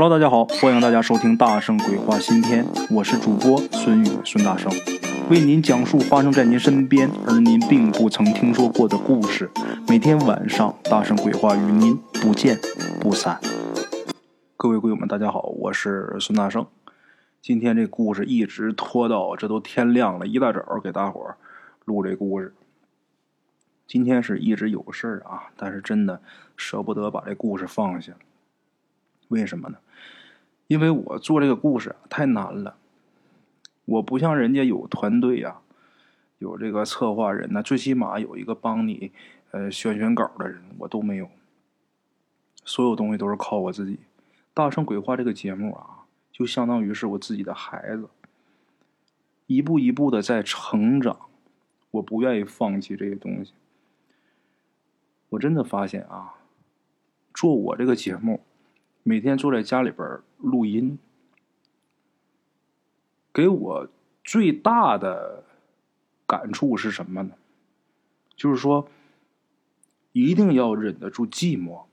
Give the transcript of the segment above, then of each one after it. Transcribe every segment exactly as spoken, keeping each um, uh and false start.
Hello， 大家好，欢迎大家收听大圣鬼话新篇，我是主播孙宇孙大圣，为您讲述发生在您身边而您并不曾听说过的故事。每天晚上大圣鬼话与您不见不散。各位鬼友们大家好，我是孙大圣。今天这故事一直拖到这都天亮了，一大早给大伙儿录这故事。今天是一直有事儿啊，但是真的舍不得把这故事放下。为什么呢？因为我做这个故事太难了，我不像人家有团队啊，有这个策划人呢，最起码有一个帮你呃选选稿的人，我都没有。所有东西都是靠我自己。大圣鬼话这个节目啊，就相当于是我自己的孩子，一步一步的在成长，我不愿意放弃这些东西。我真的发现啊，做我这个节目，每天坐在家里边录音，给我最大的感触是什么呢？就是说，一定要忍得住寂寞，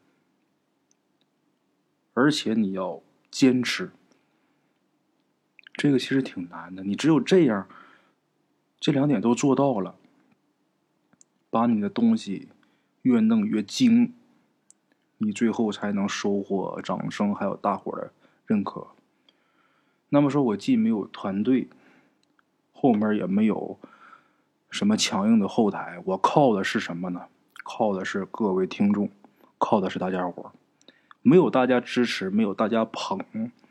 而且你要坚持。这个其实挺难的，你只有这样，这两点都做到了，把你的东西越弄越精，你最后才能收获掌声还有大伙的认可。那么说我既没有团队，后面也没有什么强硬的后台，我靠的是什么呢？靠的是各位听众，靠的是大家伙。没有大家支持，没有大家捧，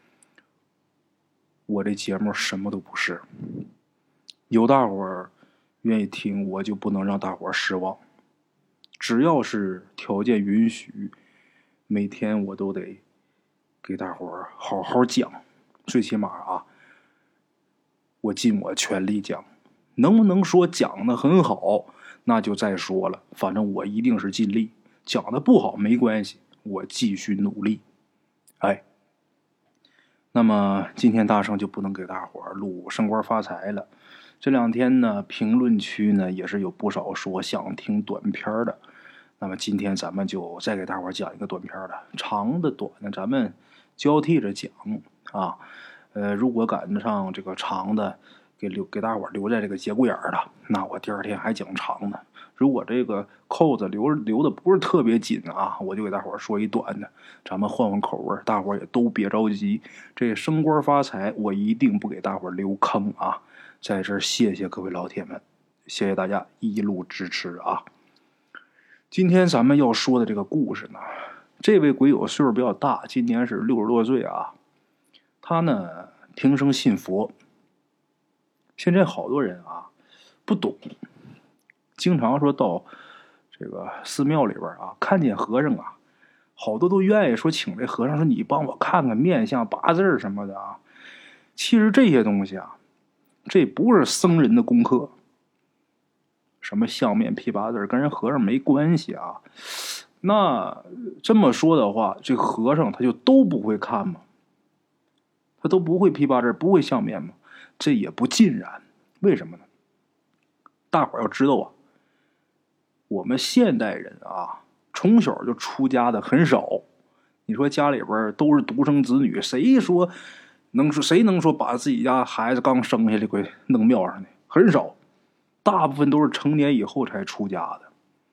我这节目什么都不是。有大伙愿意听，我就不能让大伙失望。只要是条件允许，每天我都得给大伙好好讲，最起码啊，我尽我全力讲。能不能说讲得很好，那就再说了，反正我一定是尽力。讲得不好没关系，我继续努力。哎，那么今天大圣就不能给大伙录升官发财了。这两天呢，评论区呢也是有不少说想听短片的。那么今天咱们就再给大伙讲一个短片的，长的短的咱们交替着讲啊。呃，如果赶得上这个长的，给留给大伙留在这个节骨眼儿了，那我第二天还讲长的。如果这个扣子留留的不是特别紧啊，我就给大伙说一短的，咱们换换口味，大伙也都别着急。这升官发财，我一定不给大伙留坑啊！在这儿谢谢各位老铁们，谢谢大家一路支持啊！今天咱们要说的这个故事呢，这位鬼友岁数比较大，今年是六十多岁啊。他呢平生信佛，现在好多人啊不懂，经常说到这个寺庙里边啊，看见和尚啊，好多都愿意说请这和尚说你帮我看看面相八字什么的啊。其实这些东西啊，这不是僧人的功课，什么相面批八字跟人和尚没关系啊。那这么说的话，这和尚他就都不会看吗？他都不会批八字，不会相面吗？这也不尽然。为什么呢？大伙儿要知道啊，我们现代人啊，从小就出家的很少。你说家里边都是独生子女，谁说能说谁能说把自己家孩子刚生下来给弄庙上的？很少，大部分都是成年以后才出家的。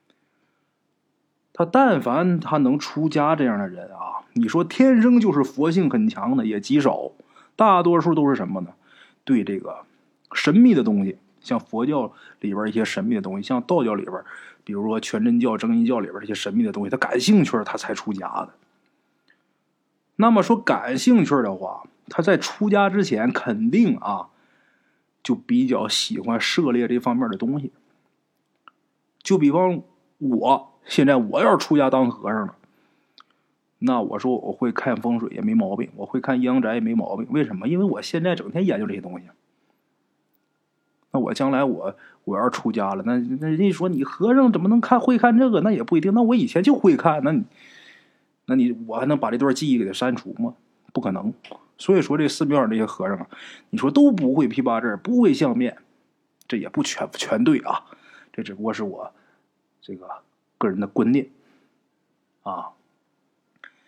他但凡他能出家这样的人啊，你说天生就是佛性很强的也极少，大多数都是什么呢？对这个神秘的东西，像佛教里边一些神秘的东西，像道教里边，比如说全真教、正一教里边这些神秘的东西，他感兴趣他才出家的。那么说感兴趣的话，他在出家之前肯定啊，就比较喜欢涉猎这方面的东西。就比方我现在我要是出家当和尚了，那我说我会看风水也没毛病，我会看阴阳宅也没毛病。为什么？因为我现在整天研究这些东西。那我将来我我要是出家了，那那人家说你和尚怎么能看会看这个？那也不一定。那我以前就会看，那你那你我还能把这段记忆给它删除吗？不可能。所以说这寺庙上这些和尚啊，你说都不会批八字，不会相面，这也不全全对啊。这只不过是我这个个人的观念啊。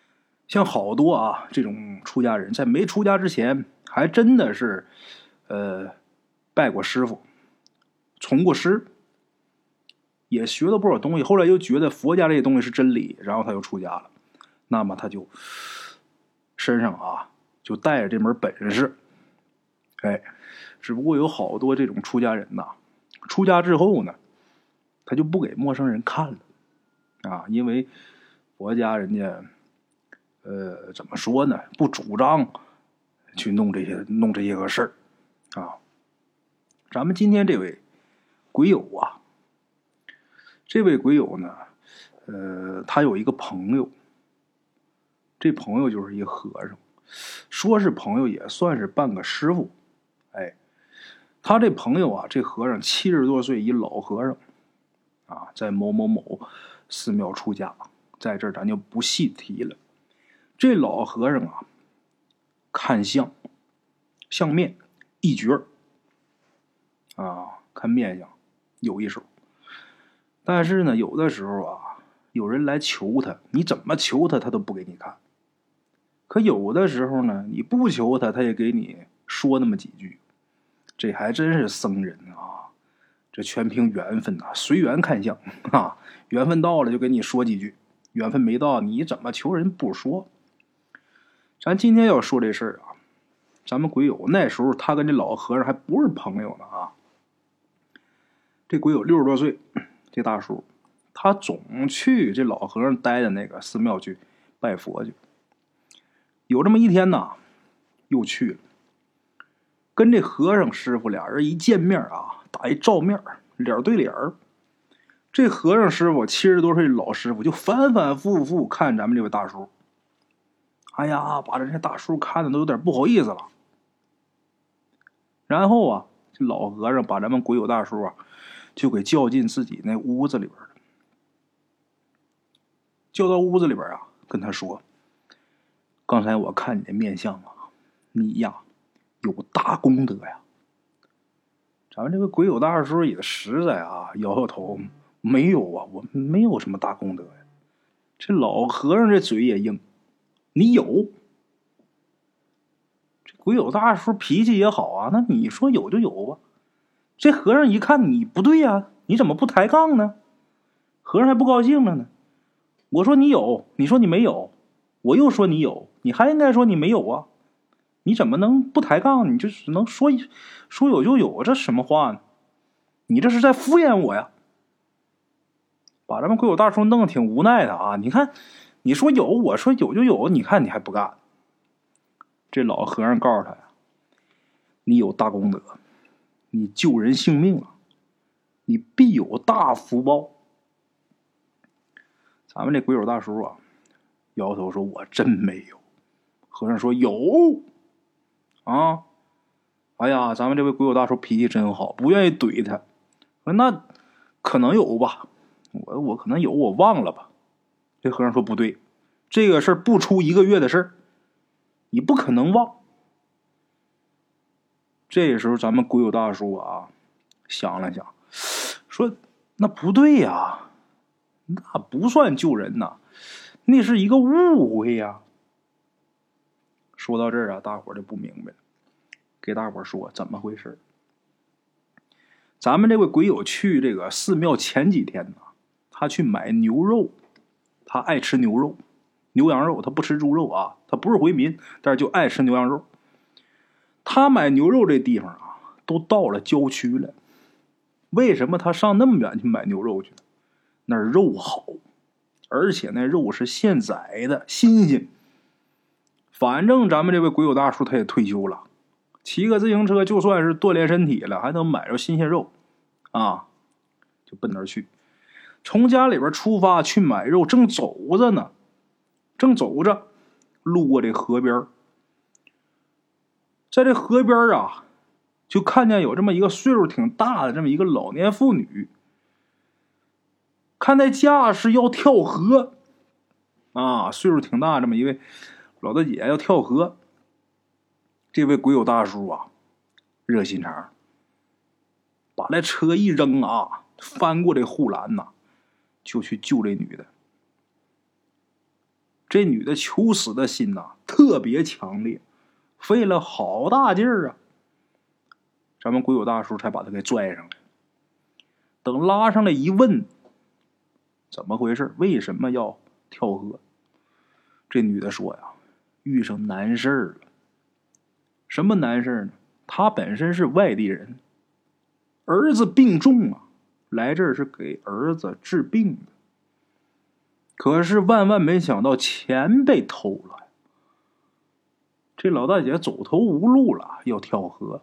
像好多啊这种出家人在没出家之前还真的是呃拜过师傅，从过师，也学了不少东西，后来又觉得佛家这些东西是真理，然后他又出家了。那么他就身上啊就带着这门本事。哎，只不过有好多这种出家人呐，出家之后呢他就不给陌生人看了啊，因为佛家人家呃怎么说呢，不主张去弄这些弄这些个事儿啊。咱们今天这位鬼友啊，这位鬼友呢呃他有一个朋友，这朋友就是一个和尚，说是朋友也算是半个师傅。哎，他这朋友啊，这和尚七十多岁，一老和尚啊，在某某某寺庙出家，在这儿咱就不细提了。这老和尚啊，看相相面一绝啊，看面相有一手。但是呢，有的时候啊，有人来求他，你怎么求他，他都不给你看。可有的时候呢，你不求他，他也给你说那么几句。这还真是僧人啊，这全凭缘分呐、啊，随缘看相啊，缘分到了就给你说几句，缘分没到你怎么求人不说。咱今天要说这事儿啊，咱们鬼友那时候他跟这老和尚还不是朋友呢啊。这鬼友六十多岁，这大叔他总去这老和尚待的那个寺庙去拜佛去。有这么一天呢，又去了，跟这和尚师傅俩人一见面啊，打一照面，脸对脸。这和尚师傅七十多岁老师傅就反反复复看咱们这位大叔，哎呀，把人家大叔看的都有点不好意思了。然后啊，这老和尚把咱们鬼友大叔啊，就给叫进自己那屋子里边了。叫到屋子里边啊，跟他说：“刚才我看你的面相啊，你呀有大功德呀。”咱们这个鬼友大叔也实在啊，摇摇头：“没有啊，我没有什么大功德呀。”这老和尚这嘴也硬：“你有。”这鬼友大叔脾气也好啊，那你说有就有吧。这和尚一看你不对呀，你怎么不抬杠呢？和尚还不高兴了呢。我说你有，你说你没有，我又说你有，你还应该说你没有啊。你怎么能不抬杠？你就只能说说有就有，这什么话呢？你这是在敷衍我呀！把咱们鬼友大叔弄得挺无奈的啊！你看，你说有，我说有就有，你看你还不干。这老和尚告诉他呀：“你有大功德，你救人性命了，你必有大福报。”咱们这鬼友大叔啊，摇头说：“我真没有。”和尚说：“有啊！哎呀，咱们这位鬼友大叔脾气真好，不愿意怼他。说那可能有吧，我我可能有，我忘了吧。”这和尚说：“不对，这个事儿不出一个月的事儿，你不可能忘。”这时候咱们鬼友大叔啊，想了想，说：“那不对呀。那不算救人呐，那是一个误会呀。”说到这儿啊，大伙儿就不明白了，给大伙儿说怎么回事。咱们这位鬼友去这个寺庙前几天呢，他去买牛肉，他爱吃牛肉，牛羊肉，他不吃猪肉啊，他不是回民，但是就爱吃牛羊肉。他买牛肉这地方啊，都到了郊区了，为什么他上那么远去买牛肉去？那儿肉好，而且那肉是现宰的，新鲜。反正咱们这位鬼友大叔他也退休了，骑个自行车就算是锻炼身体了，还能买着新鲜肉啊，就奔那儿去。从家里边出发去买肉，正走着呢，正走着，路过这河边，在这河边啊，就看见有这么一个岁数挺大的这么一个老年妇女，看那架势要跳河啊，岁数挺大这么一位老大姐要跳河。这位鬼友大叔啊，热心肠，把那车一扔啊，翻过这护栏呐、啊，就去救这女的。 这女的求死的心呐、啊、特别强烈，费了好大劲儿啊，咱们鬼友大叔才把她给拽上来。等拉上来一问，怎么回事？为什么要跳河？这女的说呀，遇上难事儿了。什么难事儿呢？她本身是外地人，儿子病重啊，来这儿是给儿子治病的。可是万万没想到钱被偷了，这老大姐走投无路了，要跳河。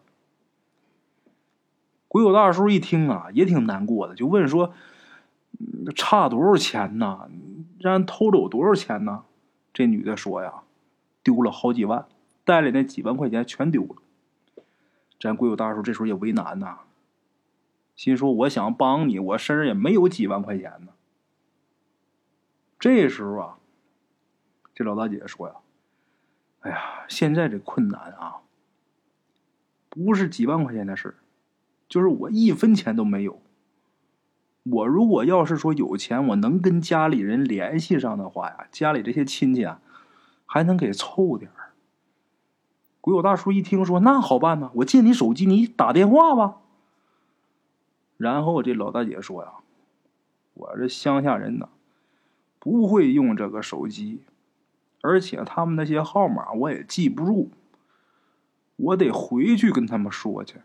鬼友大叔一听啊，也挺难过的，就问说：“差多少钱呢？让人偷走多少钱呢？”这女的说呀，丢了好几万，带来那几万块钱全丢了。咱鬼友大叔这时候也为难呐、啊，心说我想帮你，我身上也没有几万块钱呢。这时候啊，这老大姐说呀：“哎呀，现在这困难啊，不是几万块钱的事，就是我一分钱都没有。我如果要是说有钱，我能跟家里人联系上的话呀，家里这些亲戚啊，还能给凑点儿。”鬼友大叔一听说，那好办呢，我借你手机，你打电话吧。然后这老大姐说呀：“我这乡下人呢，不会用这个手机，而且他们那些号码我也记不住，我得回去跟他们说去。”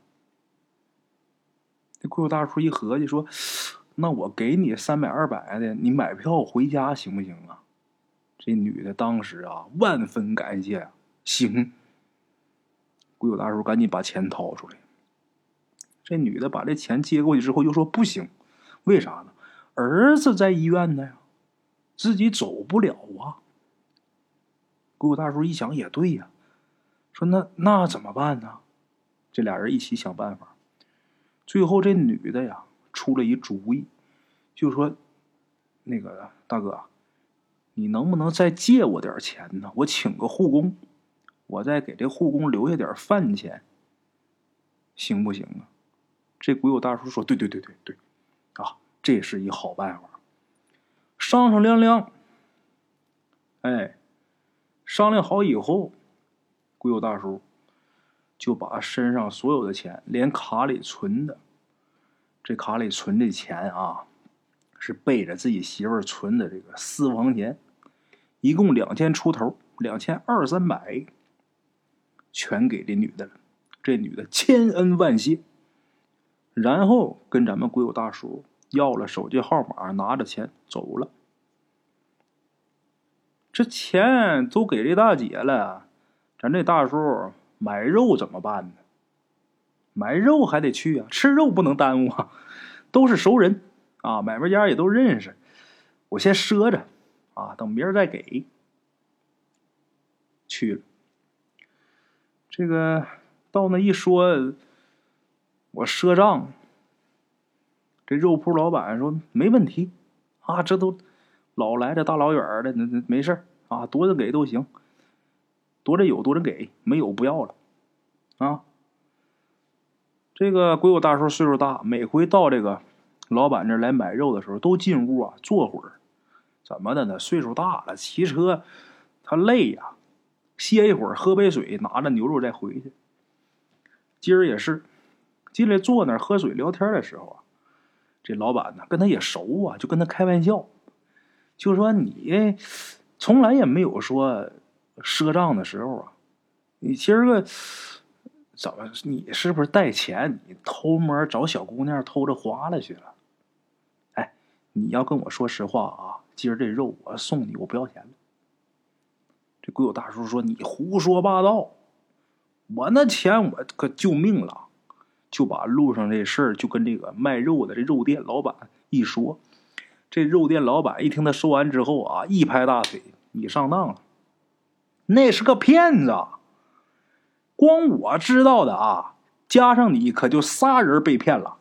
这鬼友大叔一合计说：“那我给你三百二百的，你买票回家行不行啊？”这女的当时啊，万分感谢啊，行。鬼友大叔赶紧把钱掏出来。这女的把这钱接过去之后，又说不行，为啥呢？儿子在医院呢呀，自己走不了啊。鬼友大叔一想也对呀，说那那怎么办呢？这俩人一起想办法。最后这女的呀出了一主意，就说：“那个大哥，你能不能再借我点钱呢？我请个护工，我再给这护工留下点饭钱，行不行啊？”这鬼友大叔说：“对对对对对，啊，这是一好办法。”商商量量，哎，商量好以后，鬼友大叔就把身上所有的钱，连卡里存的，这卡里存这钱啊，是背着自己媳妇儿存的这个私房钱，一共两千出头，两千二三百，全给这女的了。这女的千恩万谢，然后跟咱们鬼友大叔要了手机号码，拿着钱走了。这钱都给这大姐了，咱这大叔买肉怎么办呢？买肉还得去啊，吃肉不能耽误啊，都是熟人啊，买卖家也都认识，我先赊着啊，等明儿再给。去了，这个到那一说，我赊账，这肉铺老板说没问题啊，这都老来的大老远的，那那没事啊，多人给都行，多人有多人给，没有不要了啊。这个鬼友大叔岁数大，每回到这个老板这儿来买肉的时候，都进屋啊坐会儿。怎么的呢？岁数大了，骑车他累呀、啊，歇一会儿，喝杯水，拿着牛肉再回去。今儿也是进来坐那儿喝水聊天的时候啊，这老板呢跟他也熟啊，就跟他开玩笑，就说你从来也没有说赊账的时候啊，你今儿个怎么你是不是带钱？你偷摸找小姑娘偷着花了去了？哎，你要跟我说实话啊，今儿这肉我送你，我不要钱了。这鬼友大叔说：“你胡说八道，我那钱我可救命了。”就把路上这事儿就跟这个卖肉的这肉店老板一说。这肉店老板一听他说完之后啊，一拍大腿：“你上当了，那是个骗子！光我知道的啊，加上你可就仨人被骗了。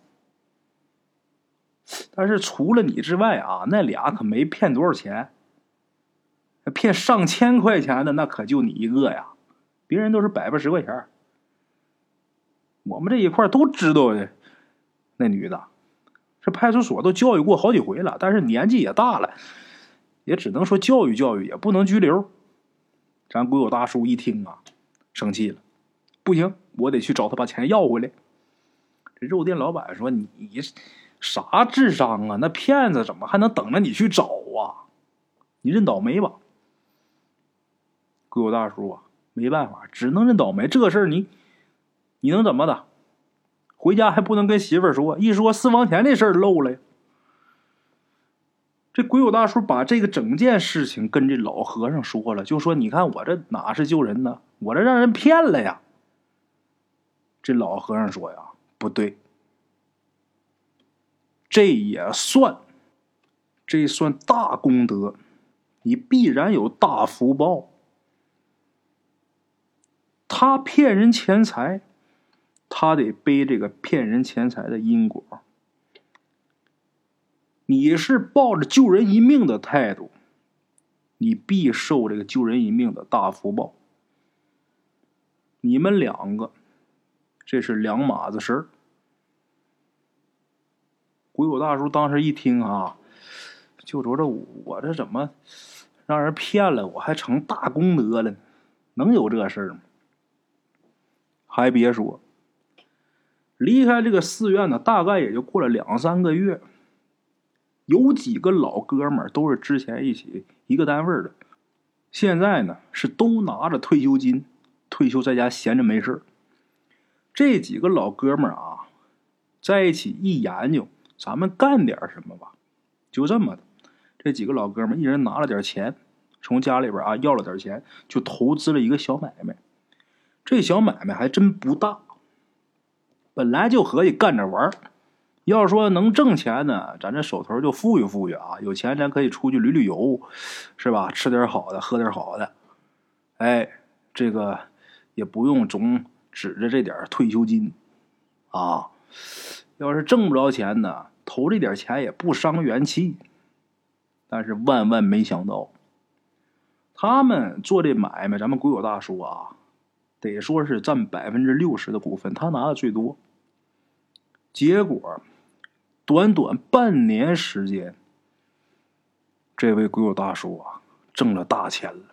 但是除了你之外啊，那俩可没骗多少钱，骗上千块钱的那可就你一个呀，别人都是百八十块钱。我们这一块都知道的，那女的，这派出所都教育过好几回了，但是年纪也大了， 也只能说教育教育，也不能拘留。咱鬼友大叔一听啊，生气了，不行，我得去找他把钱要回来。这肉店老板说：“你啥智商啊？那骗子怎么还能等着你去找啊？你认倒霉吧。”鬼友大叔啊，没办法，只能认倒霉。这个事儿你你能怎么的？回家还不能跟媳妇儿说，一说私房钱这事儿漏了呀。这鬼友大叔把这个整件事情跟这老和尚说了，就说：“你看我这哪是救人呢？我这让人骗了呀。”这老和尚说呀：“不对，这也算，这算大功德，你必然有大福报。他骗人钱财，他得背这个骗人钱财的因果。你是抱着救人一命的态度，你必受这个救人一命的大福报。你们两个，这是两码子事儿。”鬼友大叔当时一听啊，就说：“这我这怎么让人骗了，我还成大功德了呢？能有这事儿吗？”还别说，离开这个寺院呢，大概也就过了两三个月。有几个老哥们儿都是之前一起一个单位的，现在呢是都拿着退休金，退休在家闲着没事。这几个老哥们儿啊，在一起一研究，咱们干点什么吧。就这么的，这几个老哥们儿一人拿了点钱，从家里边啊要了点钱，就投资了一个小买卖。这小买卖还真不大，本来就合计干着玩儿。要是说能挣钱呢，咱这手头就富裕富裕啊，有钱咱可以出去旅旅游，是吧？吃点好的，喝点好的。哎，这个也不用总指着这点退休金啊。要是挣不着钱呢，投这点钱也不伤元气。但是万万没想到，他们做这买卖，咱们鬼友大叔啊，得说是占百分之六十的股份，他拿的最多。结果短短半年时间，这位鬼友大叔啊，挣了大钱了。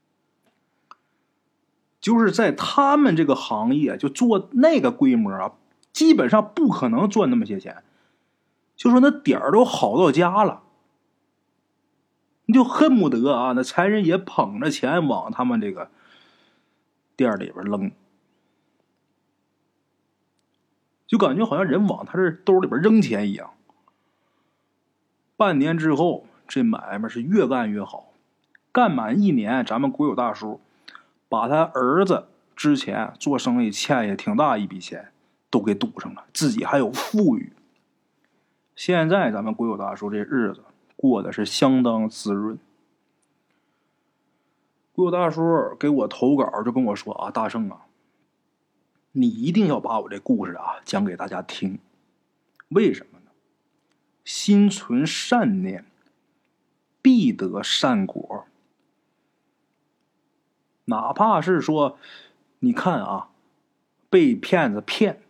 就是在他们这个行业，就做那个规模啊，基本上不可能赚那么些钱。就说那点儿都好到家了，你就恨不得啊，那财神爷捧着钱往他们这个店里边扔，就感觉好像人往他这兜里边扔钱一样。半年之后，这买卖是越干越好，干满一年，咱们鬼友大叔把他儿子之前做生意欠下挺大一笔钱都给堵上了，自己还有富裕。现在咱们鬼友大叔这日子过得是相当滋润。鬼友大叔给我投稿就跟我说啊，大圣啊，你一定要把我这故事啊讲给大家听。为什么呢？心存善念，必得善果。哪怕是说，你看啊，被骗子骗，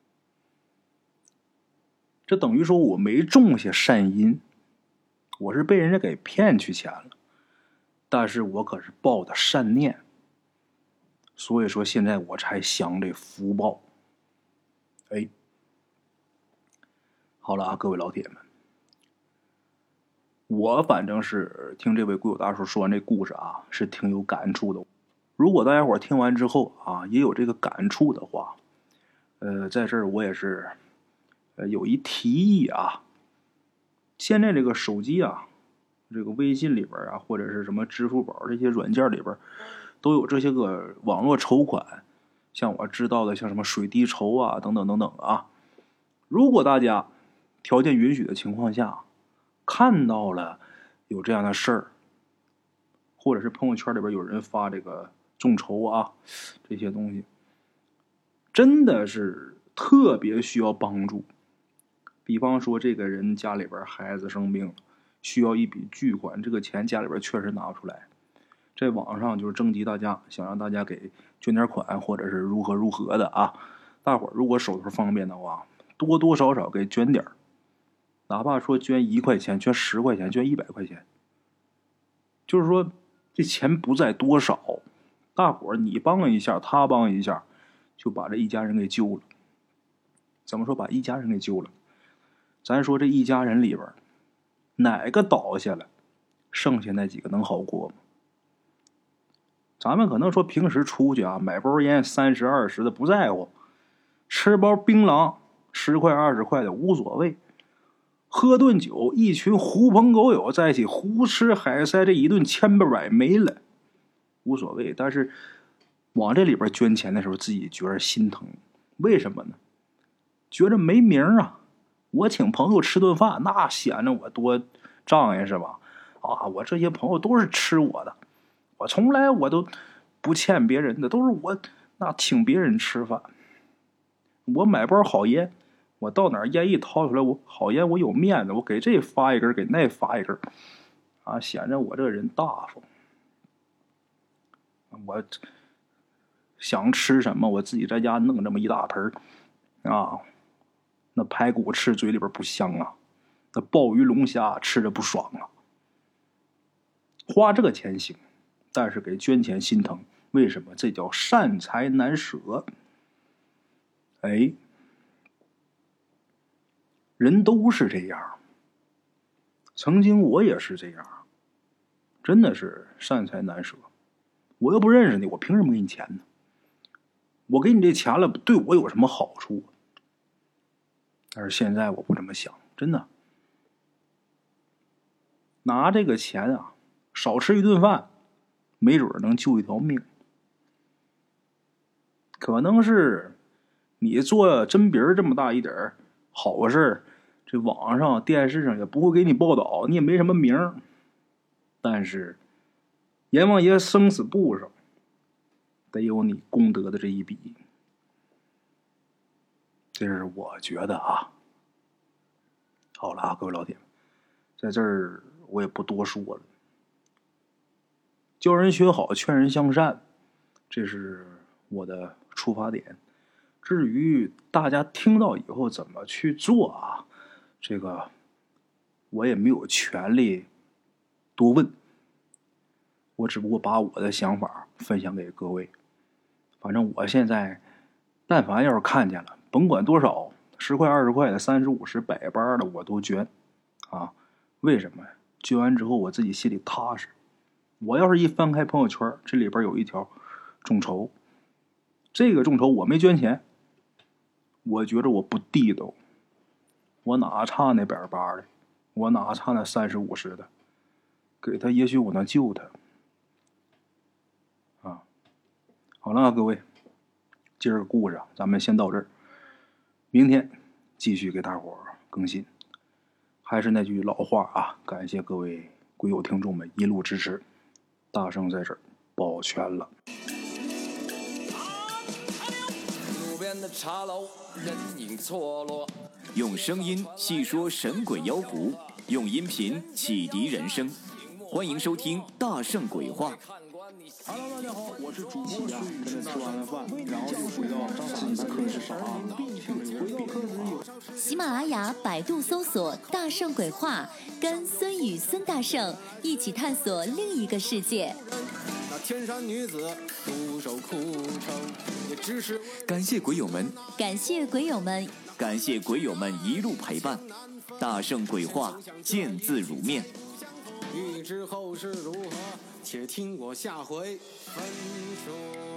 这等于说我没种下善因，我是被人家给骗去钱了，但是我可是抱的善念，所以说现在我才享这福报。哎，好了啊，各位老铁们，我反正是听这位鬼友大叔说完这故事啊，是挺有感触的。如果大家伙听完之后啊，也有这个感触的话，呃，在这儿我也是，呃，有一提议啊。现在这个手机啊，这个微信里边啊，或者是什么支付宝这些软件里边，都有这些个网络筹款，像我知道的，像什么水滴筹啊，等等等等啊。如果大家条件允许的情况下，看到了有这样的事儿，或者是朋友圈里边有人发这个众筹啊，这些东西真的是特别需要帮助。比方说这个人家里边孩子生病了，需要一笔巨款，这个钱家里边确实拿不出来，在网上就是征集大家，想让大家给捐点款，或者是如何如何的啊。大伙儿如果手头方便的话，多多少少给捐点儿，哪怕说捐一块钱，捐十块钱，捐一百块钱， 就是说这钱不在多少，大伙儿你帮一下他帮一下，就把这一家人给救了。怎么说把一家人给救了？咱说这一家人里边哪个倒下了，剩下那几个能好过吗？咱们可能说平时出去啊，买包烟三十二十的不在乎，吃包槟榔十块二十块的无所谓，喝顿酒一群狐朋狗友在一起胡吃海塞，这一顿千八百没了无所谓。但是往这里边捐钱的时候，自己觉得心疼。为什么呢？觉着没名啊！我请朋友吃顿饭，那显得我多仗义是吧？啊，我这些朋友都是吃我的，我从来我都不欠别人的，都是我那请别人吃饭。我买包好烟，我到哪儿烟一掏出来，我好烟我有面子，我给这发一根，给那发一根，啊，显得我这个人大方。我想吃什么，我自己在家弄这么一大盆啊，那排骨吃嘴里边不香啊，那鲍鱼龙虾吃着不爽啊。花这个钱行，但是给捐钱心疼，为什么？这叫善财难舍。哎，人都是这样，曾经我也是这样，真的是善财难舍。我又不认识你，我凭什么给你钱呢？我给你这钱了，对我有什么好处？但是现在我不这么想，真的。拿这个钱啊，少吃一顿饭，没准能救一条命。可能是你做针鼻这么大一点好事，这网上电视上也不会给你报道，你也没什么名。但是阎王爷生死簿上得有你功德的这一笔，这是我觉得啊。好了啊，各位老铁们，在这儿我也不多说了。教人学好，劝人向善，这是我的出发点。至于大家听到以后怎么去做啊，这个我也没有权利多问，我只不过把我的想法分享给各位。反正我现在但凡要是看见了，甭管多少，十块二十块的，三十五十百八的我都捐啊。为什么？捐完之后我自己心里踏实。我要是一翻开朋友圈，这里边有一条众筹，这个众筹我没捐钱，我觉得我不地道，我哪差那百八的，我哪差那三十五十的，给他也许我能救他啊。好了，各位，今儿个故事啊，咱们先到这儿，明天继续给大伙儿更新。还是那句老话啊，感谢各位鬼友听众们一路支持，大圣在这儿保全了。 路边的茶楼，人影错落，用声音细说神鬼妖狐，用音频启迪人生。欢迎收听《大圣鬼话》。 Hello， 大家好，我是主播呀。跟着吃完了饭，然后就回到自己的课室上啊。回到课室有喜马拉雅、百度搜索“大圣鬼话”，跟孙宇、孙大圣一起探索另一个世界。 那天山女子独守空城，也只是感谢鬼友们， 感谢鬼友们， 感谢鬼友们一路陪伴。大圣鬼话，见字如面。欲知后事如何，且听我下回分说。